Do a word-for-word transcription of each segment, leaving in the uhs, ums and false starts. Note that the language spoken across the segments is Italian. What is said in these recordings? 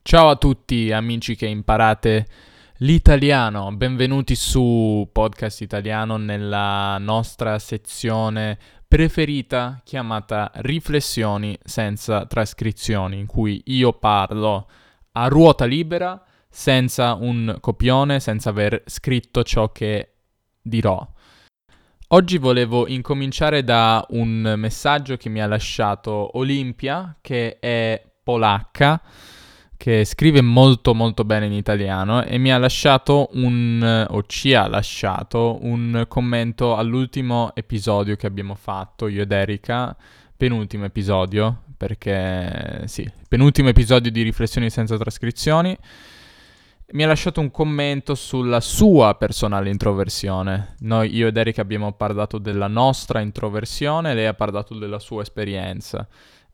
Ciao a tutti amici che imparate l'italiano, benvenuti su Podcast Italiano nella nostra sezione preferita chiamata Riflessioni senza trascrizioni, in cui io parlo a ruota libera, senza un copione, senza aver scritto ciò che dirò. Oggi volevo incominciare da un messaggio che mi ha lasciato Olimpia, che è polacca, che scrive molto molto bene in italiano e mi ha lasciato un, o ci ha lasciato un commento all'ultimo episodio che abbiamo fatto, io ed Erika, penultimo episodio, perché sì, penultimo episodio di Riflessioni senza trascrizioni. Mi ha lasciato un commento sulla sua personale introversione. Noi, io ed Erika, abbiamo parlato della nostra introversione, lei ha parlato della sua esperienza.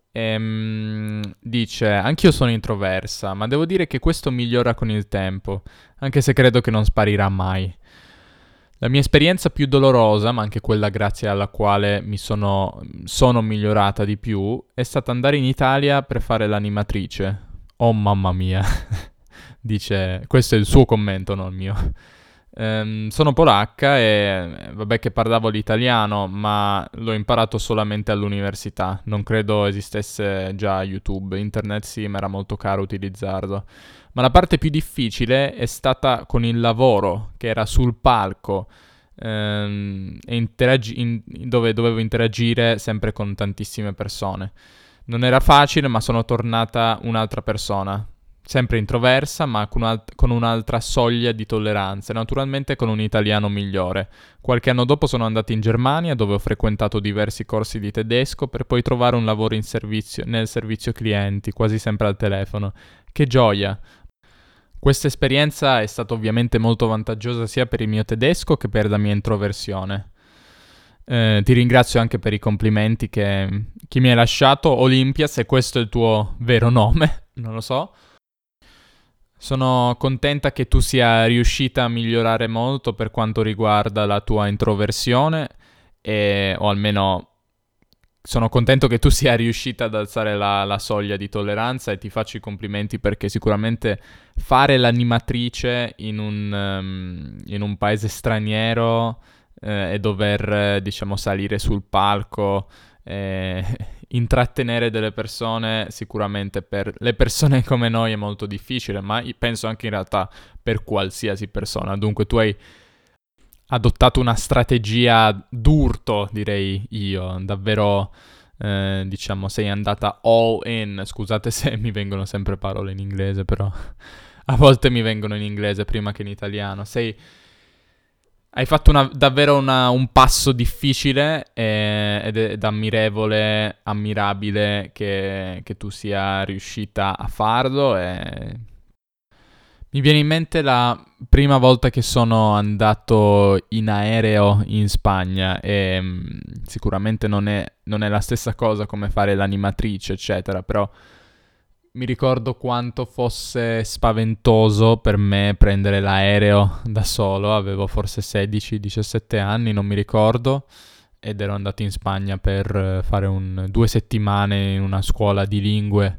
Ehm, dice, anch'io sono introversa, ma devo dire che questo migliora con il tempo, anche se credo che non sparirà mai. La mia esperienza più dolorosa, ma anche quella grazie alla quale mi sono, sono migliorata di più, è stata andare in Italia per fare l'animatrice. Oh mamma mia, dice, questo è il suo commento, non il mio. Ehm, sono polacca e vabbè che parlavo l'italiano, ma l'ho imparato solamente all'università. Non credo esistesse già YouTube, internet sì, ma era molto caro utilizzarlo. Ma la parte più difficile è stata con il lavoro, che era sul palco, ehm, e interagi- in- dove dovevo interagire sempre con tantissime persone. Non era facile, ma sono tornata un'altra persona. Sempre introversa, ma con, alt- con un'altra soglia di tolleranza e naturalmente con un italiano migliore. Qualche anno dopo sono andato in Germania, dove ho frequentato diversi corsi di tedesco per poi trovare un lavoro in servizio, nel servizio clienti, quasi sempre al telefono. Che gioia! Questa esperienza è stata ovviamente molto vantaggiosa sia per il mio tedesco che per la mia introversione. Eh, ti ringrazio anche per i complimenti che, che mi hai lasciato, Olimpia, se questo è il tuo vero nome, non lo so. Sono contenta che tu sia riuscita a migliorare molto per quanto riguarda la tua introversione, e, o almeno sono contento che tu sia riuscita ad alzare la, la soglia di tolleranza e ti faccio i complimenti perché sicuramente fare l'animatrice in un, um, in un paese straniero eh, e dover, eh, diciamo, salire sul palco e intrattenere delle persone, sicuramente per le persone come noi è molto difficile, ma penso anche in realtà per qualsiasi persona. Dunque tu hai adottato una strategia d'urto, direi io, davvero, eh, diciamo, sei andata all in. Scusate se mi vengono sempre parole in inglese, però a volte mi vengono in inglese prima che in italiano. Sei... Hai fatto una, davvero una, un passo difficile eh, ed, ed ammirevole, ammirabile che, che tu sia riuscita a farlo. E... Mi viene in mente la prima volta che sono andato in aereo in Spagna e mh, sicuramente non è, non è la stessa cosa come fare l'animatrice, eccetera, però mi ricordo quanto fosse spaventoso per me prendere l'aereo da solo, avevo forse sedici diciassette anni, non mi ricordo, ed ero andato in Spagna per fare un, due settimane in una scuola di lingue.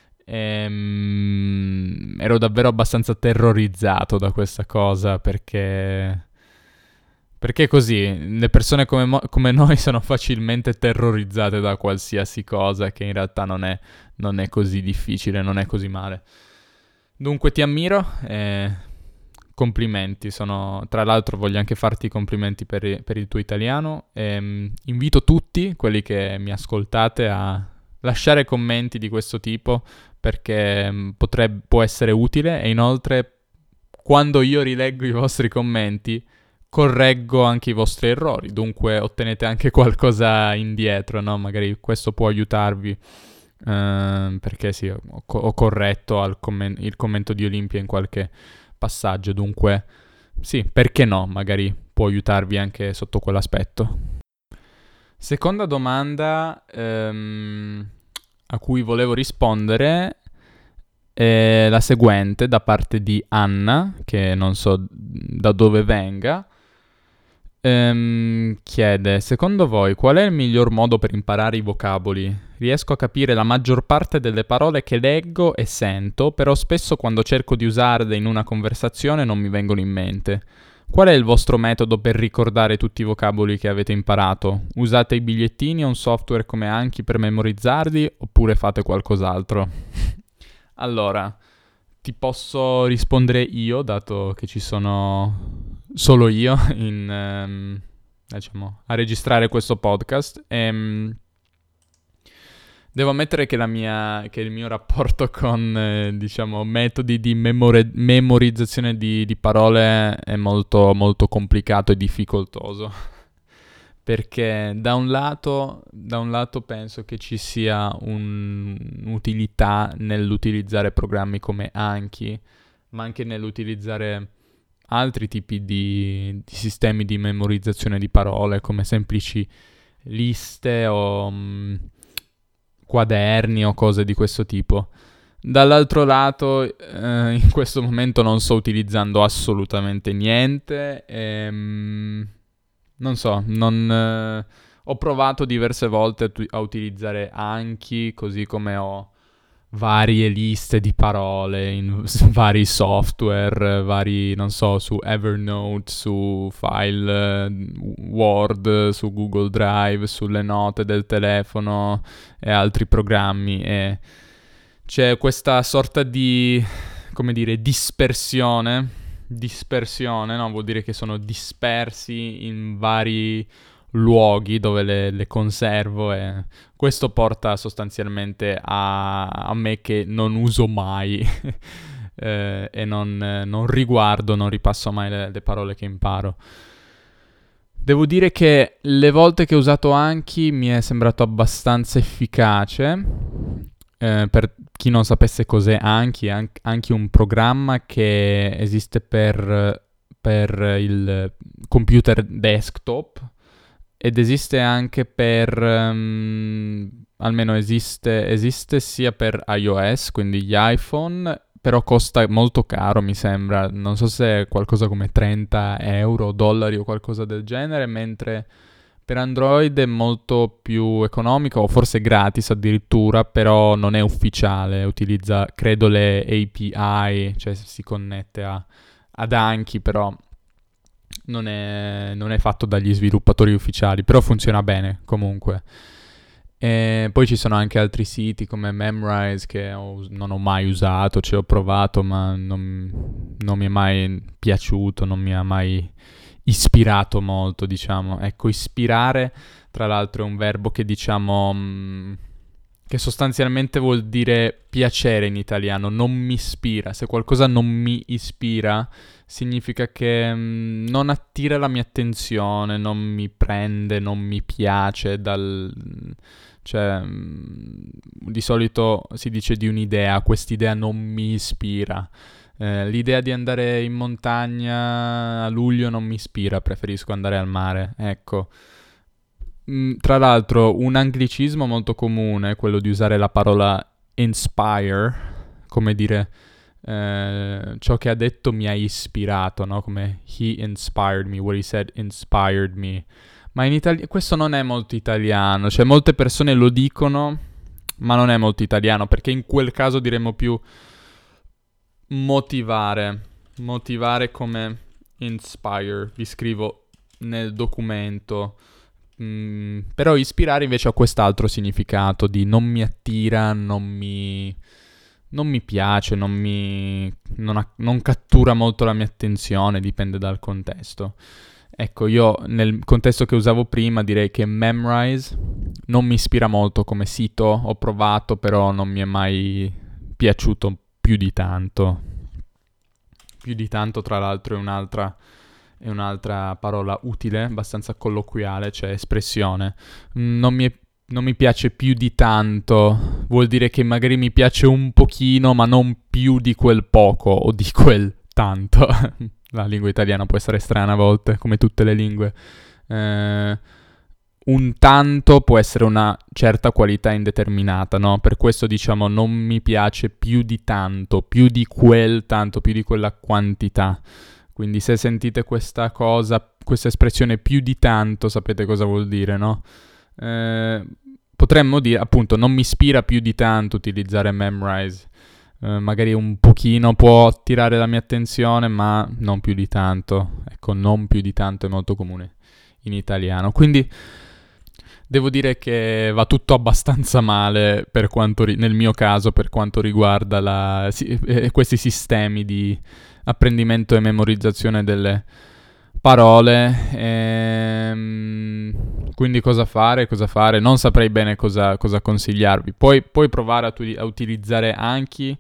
Ehm, ero davvero abbastanza terrorizzato da questa cosa perché... Perché così, le persone come, mo- come noi sono facilmente terrorizzate da qualsiasi cosa che in realtà non è, non è così difficile, non è così male. Dunque ti ammiro e complimenti. Sono, tra l'altro voglio anche farti i complimenti per, per il tuo italiano. E, um, invito tutti, quelli che mi ascoltate, a lasciare commenti di questo tipo perché um, potrebbe, può essere utile e inoltre quando io rileggo i vostri commenti correggo anche i vostri errori, dunque ottenete anche qualcosa indietro, no? Magari questo può aiutarvi, eh, perché sì, ho, ho corretto al commen- il commento di Olimpia in qualche passaggio, dunque sì, perché no? Magari può aiutarvi anche sotto quell'aspetto. Seconda domanda ehm, a cui volevo rispondere è la seguente, da parte di Anna, che non so da dove venga. Ehm, chiede, secondo voi qual è il miglior modo per imparare i vocaboli? Riesco a capire la maggior parte delle parole che leggo e sento, però spesso quando cerco di usarle in una conversazione non mi vengono in mente. Qual è il vostro metodo per ricordare tutti i vocaboli che avete imparato? Usate i bigliettini o un software come Anki per memorizzarli oppure fate qualcos'altro? Allora, ti posso rispondere io, dato che ci sono solo io in, ehm, diciamo, a registrare questo podcast. Ehm, devo ammettere che, la mia, che il mio rapporto con, eh, diciamo, metodi di memore- memorizzazione di, di parole è molto, molto complicato e difficoltoso. Perché da un lato, da un lato penso che ci sia un- un'utilità nell'utilizzare programmi come Anki, ma anche nell'utilizzare altri tipi di, di sistemi di memorizzazione di parole, come semplici liste o mh, quaderni o cose di questo tipo. Dall'altro lato, eh, in questo momento non sto utilizzando assolutamente niente. E, mh, non so, non, eh, ho provato diverse volte a, tu- a utilizzare Anki, così come ho varie liste di parole in s- vari software, eh, vari, non so, su Evernote, su file eh, Word, su Google Drive, sulle note del telefono e altri programmi. E c'è questa sorta di, come dire, dispersione. Dispersione, no? Vuol dire che sono dispersi in vari luoghi dove le, le conservo e questo porta sostanzialmente a, a me che non uso mai eh, e non, non riguardo, non ripasso mai le, le parole che imparo. Devo dire che le volte che ho usato Anki mi è sembrato abbastanza efficace. Eh, per chi non sapesse cos'è Anki, è Anki un programma che esiste per, per il computer desktop ed esiste anche per, um, almeno esiste, esiste sia per iOS, quindi gli iPhone, però costa molto caro mi sembra, non so se è qualcosa come trenta euro, dollari o qualcosa del genere, mentre per Android è molto più economico o forse gratis addirittura, però non è ufficiale, utilizza credo le A P I, cioè si connette a, ad Anki, però non è, non è fatto dagli sviluppatori ufficiali, però funziona bene comunque. E poi ci sono anche altri siti come Memrise che ho- non ho mai usato, ci ho provato ma non, non mi è mai piaciuto, non mi ha mai ispirato molto, diciamo. Ecco, ispirare, tra l'altro, è un verbo che diciamo mh, che sostanzialmente vuol dire piacere in italiano, non mi ispira. Se qualcosa non mi ispira, significa che mh, non attira la mia attenzione, non mi prende, non mi piace dal... Cioè, mh, di solito si dice di un'idea, quest'idea non mi ispira. Eh, l'idea di andare in montagna a luglio non mi ispira, preferisco andare al mare, ecco. Mm, tra l'altro, un anglicismo molto comune è quello di usare la parola inspire, come dire, eh, ciò che ha detto mi ha ispirato, no? Come he inspired me, what he said inspired me. Ma in Italia questo non è molto italiano, cioè molte persone lo dicono, ma non è molto italiano, perché in quel caso diremmo più motivare, motivare come inspire, vi scrivo nel documento. Mm, però ispirare invece ha quest'altro significato di non mi attira, non mi, non mi piace, non mi non, ha- non cattura molto la mia attenzione, dipende dal contesto. Ecco, io nel contesto che usavo prima direi che Memrise non mi ispira molto come sito, ho provato, però non mi è mai piaciuto più di tanto. Più di tanto, tra l'altro, è un'altra, è un'altra parola utile, abbastanza colloquiale, cioè espressione. Mm, Non mi, è- non mi piace più di tanto, vuol dire che magari mi piace un pochino, ma non più di quel poco o di quel tanto. La lingua italiana può essere strana a volte, come tutte le lingue. Eh, un tanto può essere una certa qualità indeterminata, no? Per questo diciamo non mi piace più di tanto, più di quel tanto, più di quella quantità. Quindi se sentite questa cosa questa espressione più di tanto, sapete cosa vuol dire, no? Eh, potremmo dire, appunto, non mi ispira più di tanto utilizzare memrise. Eh, magari un pochino può attirare la mia attenzione, ma non più di tanto. Ecco, non più di tanto è molto comune in italiano. Quindi devo dire che va tutto abbastanza male per quanto ri- nel mio caso per quanto riguarda la, si- eh, questi sistemi di apprendimento e memorizzazione delle parole. Ehm, quindi cosa fare? Cosa fare? Non saprei bene cosa, cosa consigliarvi. Poi, puoi provare a, tu- a utilizzare Anki.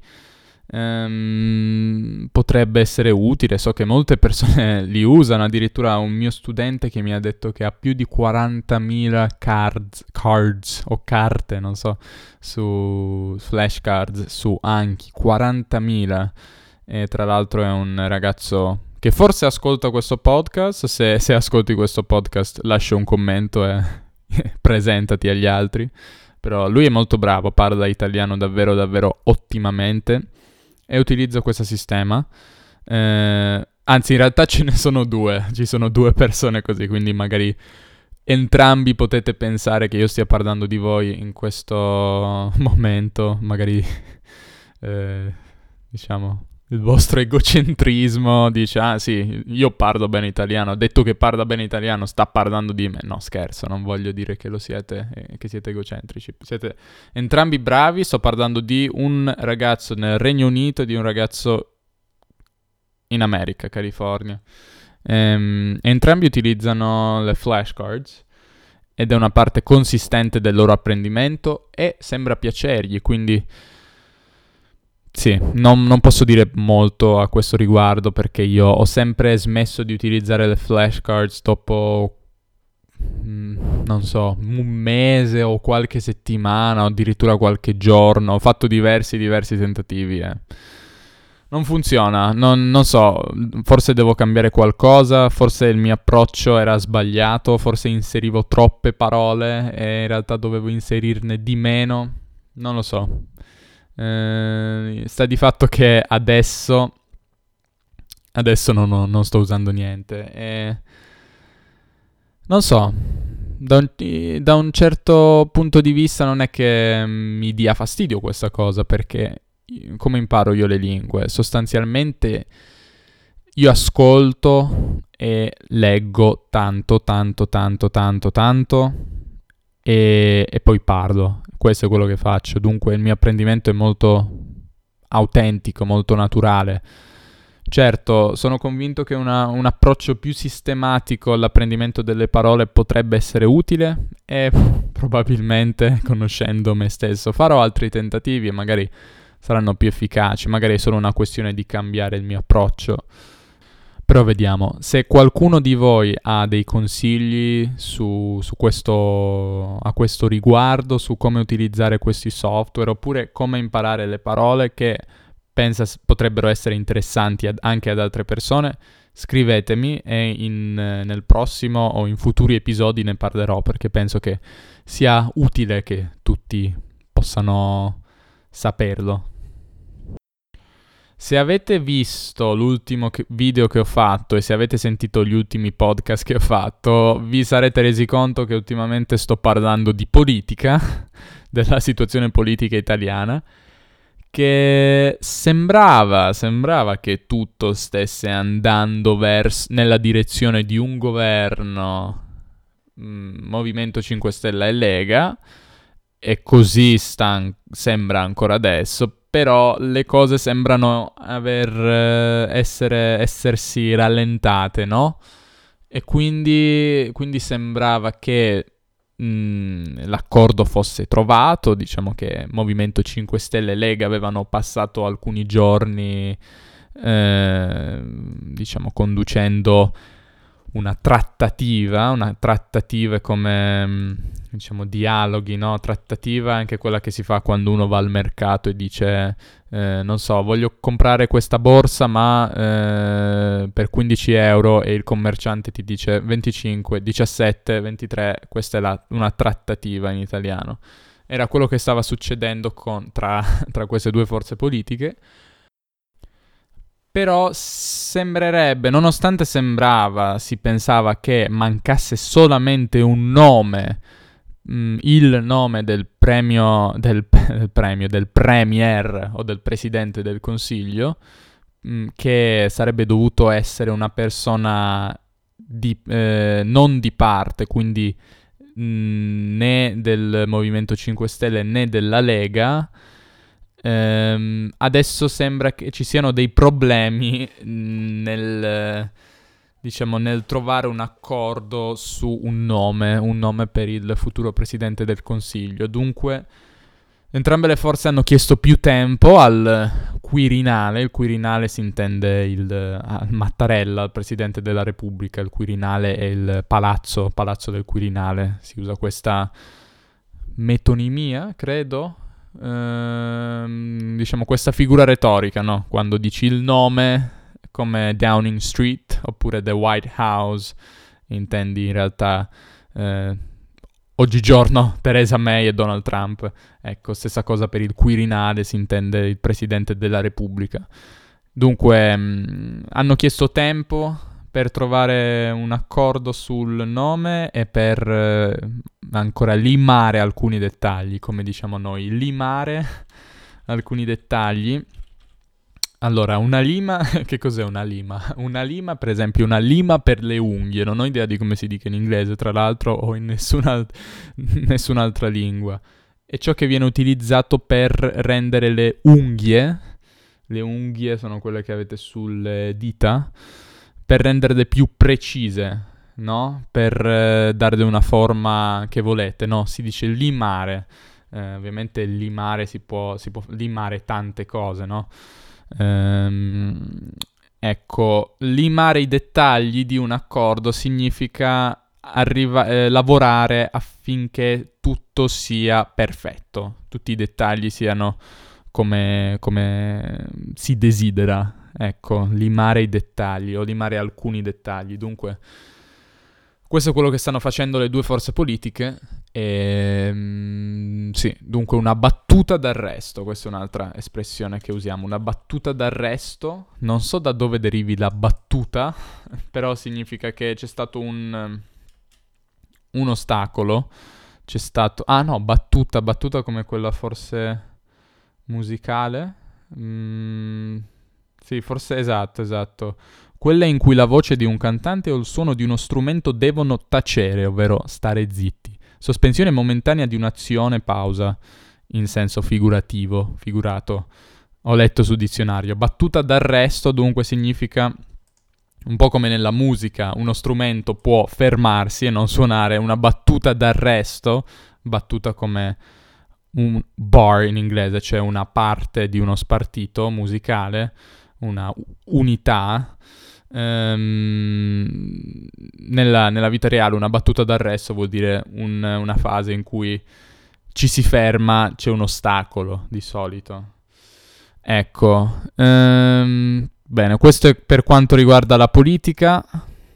Ehm, potrebbe essere utile, so che molte persone li usano, addirittura un mio studente che mi ha detto che ha più di quarantamila cards, cards o carte, non so, su flashcards, su Anki, quarantamila, e tra l'altro è un ragazzo che forse ascolta questo podcast. Se, se ascolti questo podcast lascia un commento e presentati agli altri, però lui è molto bravo, parla italiano davvero davvero ottimamente e utilizzo questo sistema. Eh, anzi, in realtà ce ne sono due, ci sono due persone così, quindi magari entrambi potete pensare che io stia parlando di voi in questo momento, magari eh, diciamo il vostro egocentrismo dice ah sì, io parlo bene italiano, detto che parla bene italiano sta parlando di me. No, scherzo, non voglio dire che lo siete, eh, che siete egocentrici, siete entrambi bravi. Sto parlando di un ragazzo nel Regno Unito e di un ragazzo in America, California. Ehm, entrambi utilizzano le flashcards ed è una parte consistente del loro apprendimento e sembra piacergli, quindi sì, non, non posso dire molto a questo riguardo perché io ho sempre smesso di utilizzare le flashcards dopo, mm, non so, un mese o qualche settimana o addirittura qualche giorno. Ho fatto diversi, diversi tentativi e non funziona. Non, non so, forse devo cambiare qualcosa, forse il mio approccio era sbagliato, forse inserivo troppe parole e in realtà dovevo inserirne di meno. Non lo so. Eh, sta di fatto che adesso adesso non, ho- non sto usando niente e non so, da un, da un certo punto di vista non è che mi dia fastidio questa cosa, perché come imparo io le lingue? Sostanzialmente io ascolto e leggo tanto, tanto, tanto, tanto, tanto e, e poi parlo. Questo è quello che faccio. Dunque il mio apprendimento è molto autentico, molto naturale. Certo, sono convinto che una- un approccio più sistematico all'apprendimento delle parole potrebbe essere utile e probabilmente, conoscendo me stesso, farò altri tentativi e magari saranno più efficaci. Magari è solo una questione di cambiare il mio approccio. Però vediamo, se qualcuno di voi ha dei consigli su, su questo, a questo riguardo, su come utilizzare questi software, oppure come imparare le parole che pensa s- potrebbero essere interessanti ad- anche ad altre persone, scrivetemi e in, eh, nel prossimo o in futuri episodi ne parlerò, perché penso che sia utile che tutti possano saperlo. Se avete visto l'ultimo che- video che ho fatto e se avete sentito gli ultimi podcast che ho fatto, vi sarete resi conto che ultimamente sto parlando di politica, della situazione politica italiana, che sembrava, sembrava che tutto stesse andando vers- nella direzione di un governo mm, Movimento cinque Stelle e Lega, e così sta, sembra ancora adesso, però le cose sembrano aver eh, essere, essersi rallentate, no? E quindi, quindi sembrava che mh, l'accordo fosse trovato, diciamo che Movimento cinque Stelle e Lega avevano passato alcuni giorni, eh, diciamo, conducendo una trattativa, una trattativa come, mh, diciamo, dialoghi, no? Trattativa è anche quella che si fa quando uno va al mercato e dice, eh, non so, voglio comprare questa borsa ma eh, per quindici euro e il commerciante ti dice venticinque, diciassette, ventitré, questa è la, una trattativa in italiano. Era quello che stava succedendo con, tra, tra queste due forze politiche. Però sembrerebbe, nonostante sembrava, si pensava che mancasse solamente un nome, mh, il nome del premio, del, del premio, del premier o del presidente del consiglio, mh, che sarebbe dovuto essere una persona di, eh, non di parte, quindi mh, né del Movimento cinque Stelle né della Lega. Ehm, adesso sembra che ci siano dei problemi nel, diciamo, nel trovare un accordo su un nome, un nome per il futuro presidente del Consiglio. Dunque, entrambe le forze hanno chiesto più tempo al Quirinale. Il Quirinale si intende il al Mattarella, il presidente della Repubblica. Il Quirinale è il palazzo, palazzo del Quirinale. Si usa questa metonimia, credo. Ehm, diciamo questa figura retorica, no? Quando dici il nome come Downing Street oppure The White House, intendi in realtà eh, oggigiorno Theresa May e Donald Trump. Ecco, stessa cosa per il Quirinale, si intende il Presidente della Repubblica. Dunque, mh, hanno chiesto tempo per trovare un accordo sul nome e per eh, ancora limare alcuni dettagli, come diciamo noi, limare alcuni dettagli. Allora, una lima, che cos'è una lima? Una lima, per esempio, una lima per le unghie, non ho idea di come si dica in inglese, tra l'altro, o in nessuna, nessun'altra lingua. È ciò che viene utilizzato per rendere le unghie, le unghie sono quelle che avete sulle dita, per renderle più precise, no? Per eh, darle una forma che volete, no? Si dice limare. Eh, ovviamente limare si può, si può limare tante cose, no? Ehm, ecco, limare i dettagli di un accordo significa arriva- eh, lavorare affinché tutto sia perfetto, tutti i dettagli siano come, come si desidera. Ecco, limare i dettagli o limare alcuni dettagli. Dunque, questo è quello che stanno facendo le due forze politiche. E, mm, sì, dunque una battuta d'arresto, questa è un'altra espressione che usiamo, una battuta d'arresto. Non so da dove derivi la battuta, però significa che c'è stato un, un ostacolo. C'è stato... Ah no, battuta, battuta come quella forse musicale. Mm, sì, forse esatto, esatto. Quella in cui la voce di un cantante o il suono di uno strumento devono tacere, ovvero stare zitti. Sospensione momentanea di un'azione, pausa, in senso figurativo, figurato. Ho letto su dizionario. Battuta d'arresto dunque significa, un po' come nella musica, uno strumento può fermarsi e non suonare. Una battuta d'arresto, battuta come un bar in inglese, cioè una parte di uno spartito musicale, una unità. Ehm, nella, nella vita reale una battuta d'arresto vuol dire un, una fase in cui ci si ferma, c'è un ostacolo di solito. Ecco, ehm, bene, questo è per quanto riguarda la politica.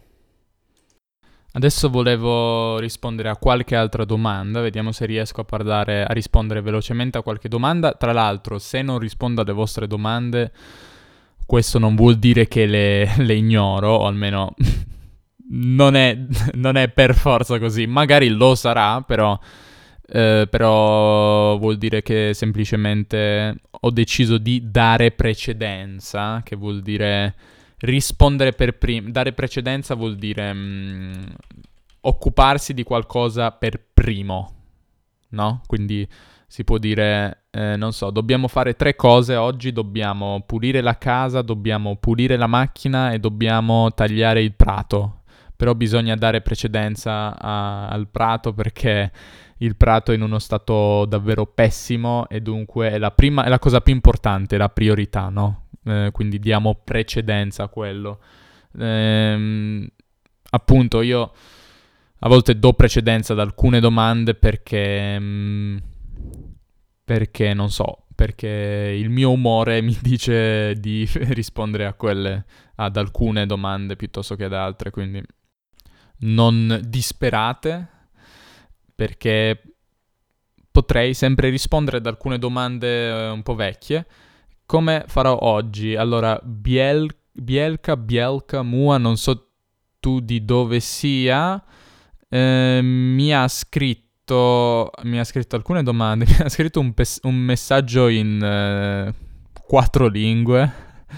Adesso volevo rispondere a qualche altra domanda, vediamo se riesco a parlare, a rispondere velocemente a qualche domanda. Tra l'altro, se non rispondo alle vostre domande, questo non vuol dire che le, le ignoro, o almeno non è, non è per forza così. Magari lo sarà, però, eh, però vuol dire che semplicemente ho deciso di dare precedenza, che vuol dire rispondere per primo. Dare precedenza vuol dire mh, occuparsi di qualcosa per primo, no? Quindi si può dire, eh, non so, dobbiamo fare tre cose oggi, dobbiamo pulire la casa, dobbiamo pulire la macchina e dobbiamo tagliare il prato. Però bisogna dare precedenza a, al prato perché il prato è in uno stato davvero pessimo e dunque è la, prima, è la cosa più importante, la priorità, no? Eh, quindi diamo precedenza a quello. Ehm, appunto, io a volte do precedenza ad alcune domande perché... Mh, perché non so, perché il mio umore mi dice di rispondere a quelle, ad alcune domande piuttosto che ad altre, quindi non disperate, perché potrei sempre rispondere ad alcune domande eh, un po' vecchie, come farò oggi? Allora, Biel, Bielka, Bielka, Mua, non so tu di dove sia, eh, mi ha scritto, mi ha scritto alcune domande, mi ha scritto un, pes- un messaggio in eh, quattro lingue,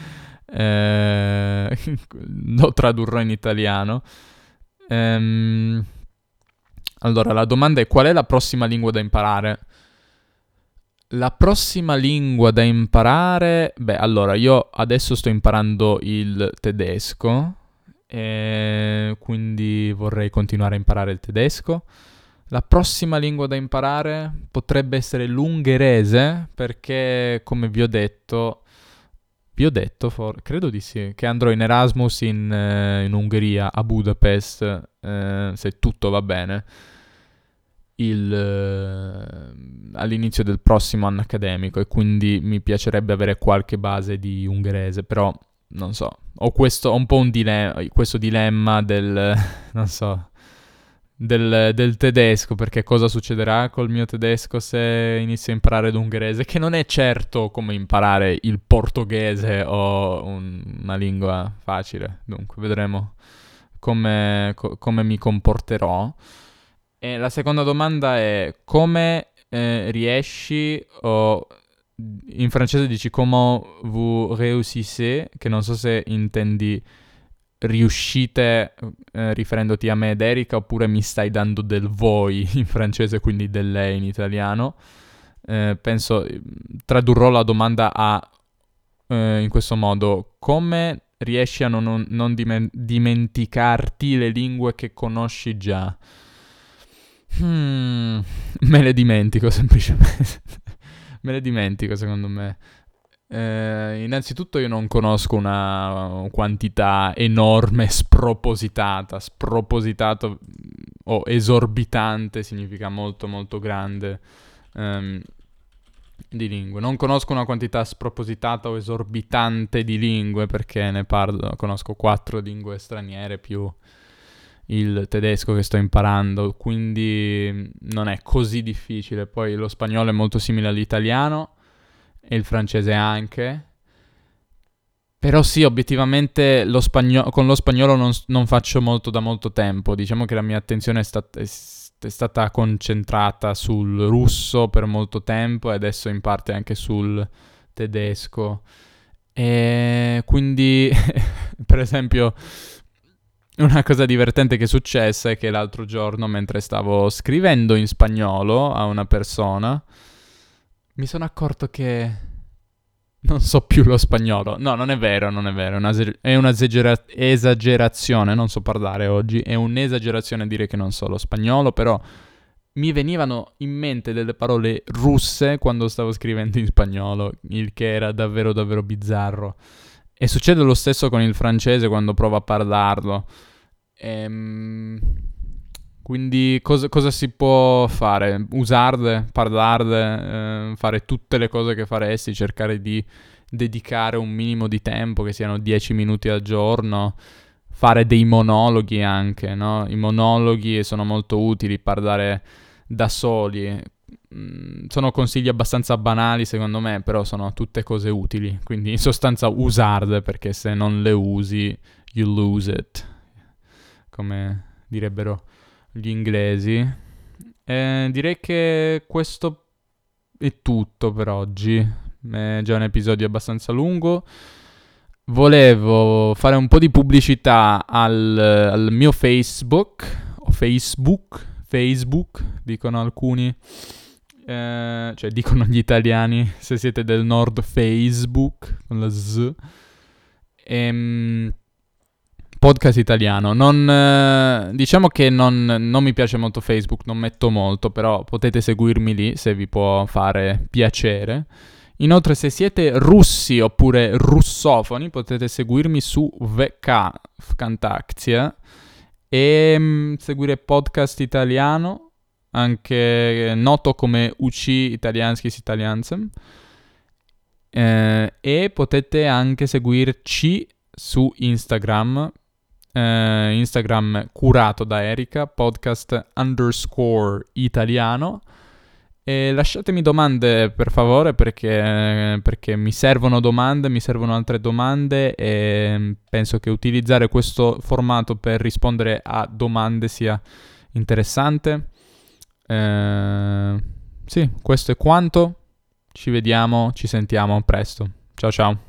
eh, lo tradurrò in italiano. Ehm, allora, la domanda è: qual è la prossima lingua da imparare? La prossima lingua da imparare... Beh, allora, io adesso sto imparando il tedesco, e quindi vorrei continuare a imparare il tedesco. La prossima lingua da imparare potrebbe essere l'ungherese, perché, come vi ho detto... Vi ho detto, for- credo di sì, che andrò in Erasmus in, eh, in Ungheria, a Budapest, eh, se tutto va bene. Il, eh, all'inizio del prossimo anno accademico, e quindi mi piacerebbe avere qualche base di ungherese, però non so, ho questo ho un po' un dilemma, questo dilemma del non so, del, del tedesco, perché cosa succederà col mio tedesco se inizio a imparare l'ungherese, che non è certo come imparare il portoghese o un- una lingua facile. Dunque vedremo come, co- come mi comporterò. E la seconda domanda è: come eh, riesci, o in francese dici comment vous réussissez, che non so se intendi riuscite eh, riferendoti a me ed Erika, oppure mi stai dando del voi in francese, quindi del lei in italiano. Eh, penso, tradurrò la domanda a, eh, in questo modo: come riesci a non, non- non dimen- dimenticarti le lingue che conosci già? Hmm, me le dimentico semplicemente. Me le dimentico, secondo me. Eh, innanzitutto io non conosco una quantità enorme, spropositata. Spropositato o esorbitante significa molto molto grande, ehm, di lingue. Non conosco una quantità spropositata o esorbitante di lingue, perché ne parlo, conosco quattro lingue straniere più il tedesco che sto imparando, quindi non è così difficile. Poi lo spagnolo è molto simile all'italiano e il francese anche. Però sì, obiettivamente lo spagno- con lo spagnolo non, non faccio molto da molto tempo. Diciamo che la mia attenzione è, stat- è s- è stata concentrata sul russo per molto tempo, e adesso in parte anche sul tedesco. E quindi, per esempio, una cosa divertente che è successa è che l'altro giorno, mentre stavo scrivendo in spagnolo a una persona, mi sono accorto che non so più lo spagnolo. No, non è vero, non è vero. È, una, è un'esagerazione, non so parlare oggi. È un'esagerazione dire che non so lo spagnolo, però mi venivano in mente delle parole russe quando stavo scrivendo in spagnolo, il che era davvero davvero bizzarro. E succede lo stesso con il francese quando provo a parlarlo. Ehm, quindi cosa, cosa si può fare? Usarle, parlarle, eh, fare tutte le cose che faresti, cercare di dedicare un minimo di tempo, che siano dieci minuti al giorno, fare dei monologhi anche, no? I monologhi sono molto utili, parlare da soli. Mm, sono consigli abbastanza banali secondo me, però sono tutte cose utili, quindi in sostanza usarle, perché se non le usi, you lose it, come direbbero gli inglesi. Eh, direi che questo è tutto per oggi. È già un episodio abbastanza lungo. Volevo fare un po' di pubblicità al, al mio Facebook, o Facebook, Facebook, dicono alcuni, eh, cioè dicono gli italiani, se siete del nord, Facebook, con la Z. Ehm... Podcast italiano. Non, eh, diciamo che non, non mi piace molto Facebook, non metto molto, però potete seguirmi lì se vi può fare piacere. Inoltre, se siete russi oppure russofoni, potete seguirmi su V K, Vkontakte, e mh, seguire Podcast Italiano, anche noto come U C Italianskis Italiansem. Eh, e potete anche seguirci su Instagram, eh, Instagram curato da Erika, podcast underscore italiano. E lasciatemi domande per favore perché, perché mi servono domande, mi servono altre domande e penso che utilizzare questo formato per rispondere a domande sia interessante. Eh, sì, questo è quanto. Ci vediamo, ci sentiamo presto. Ciao ciao.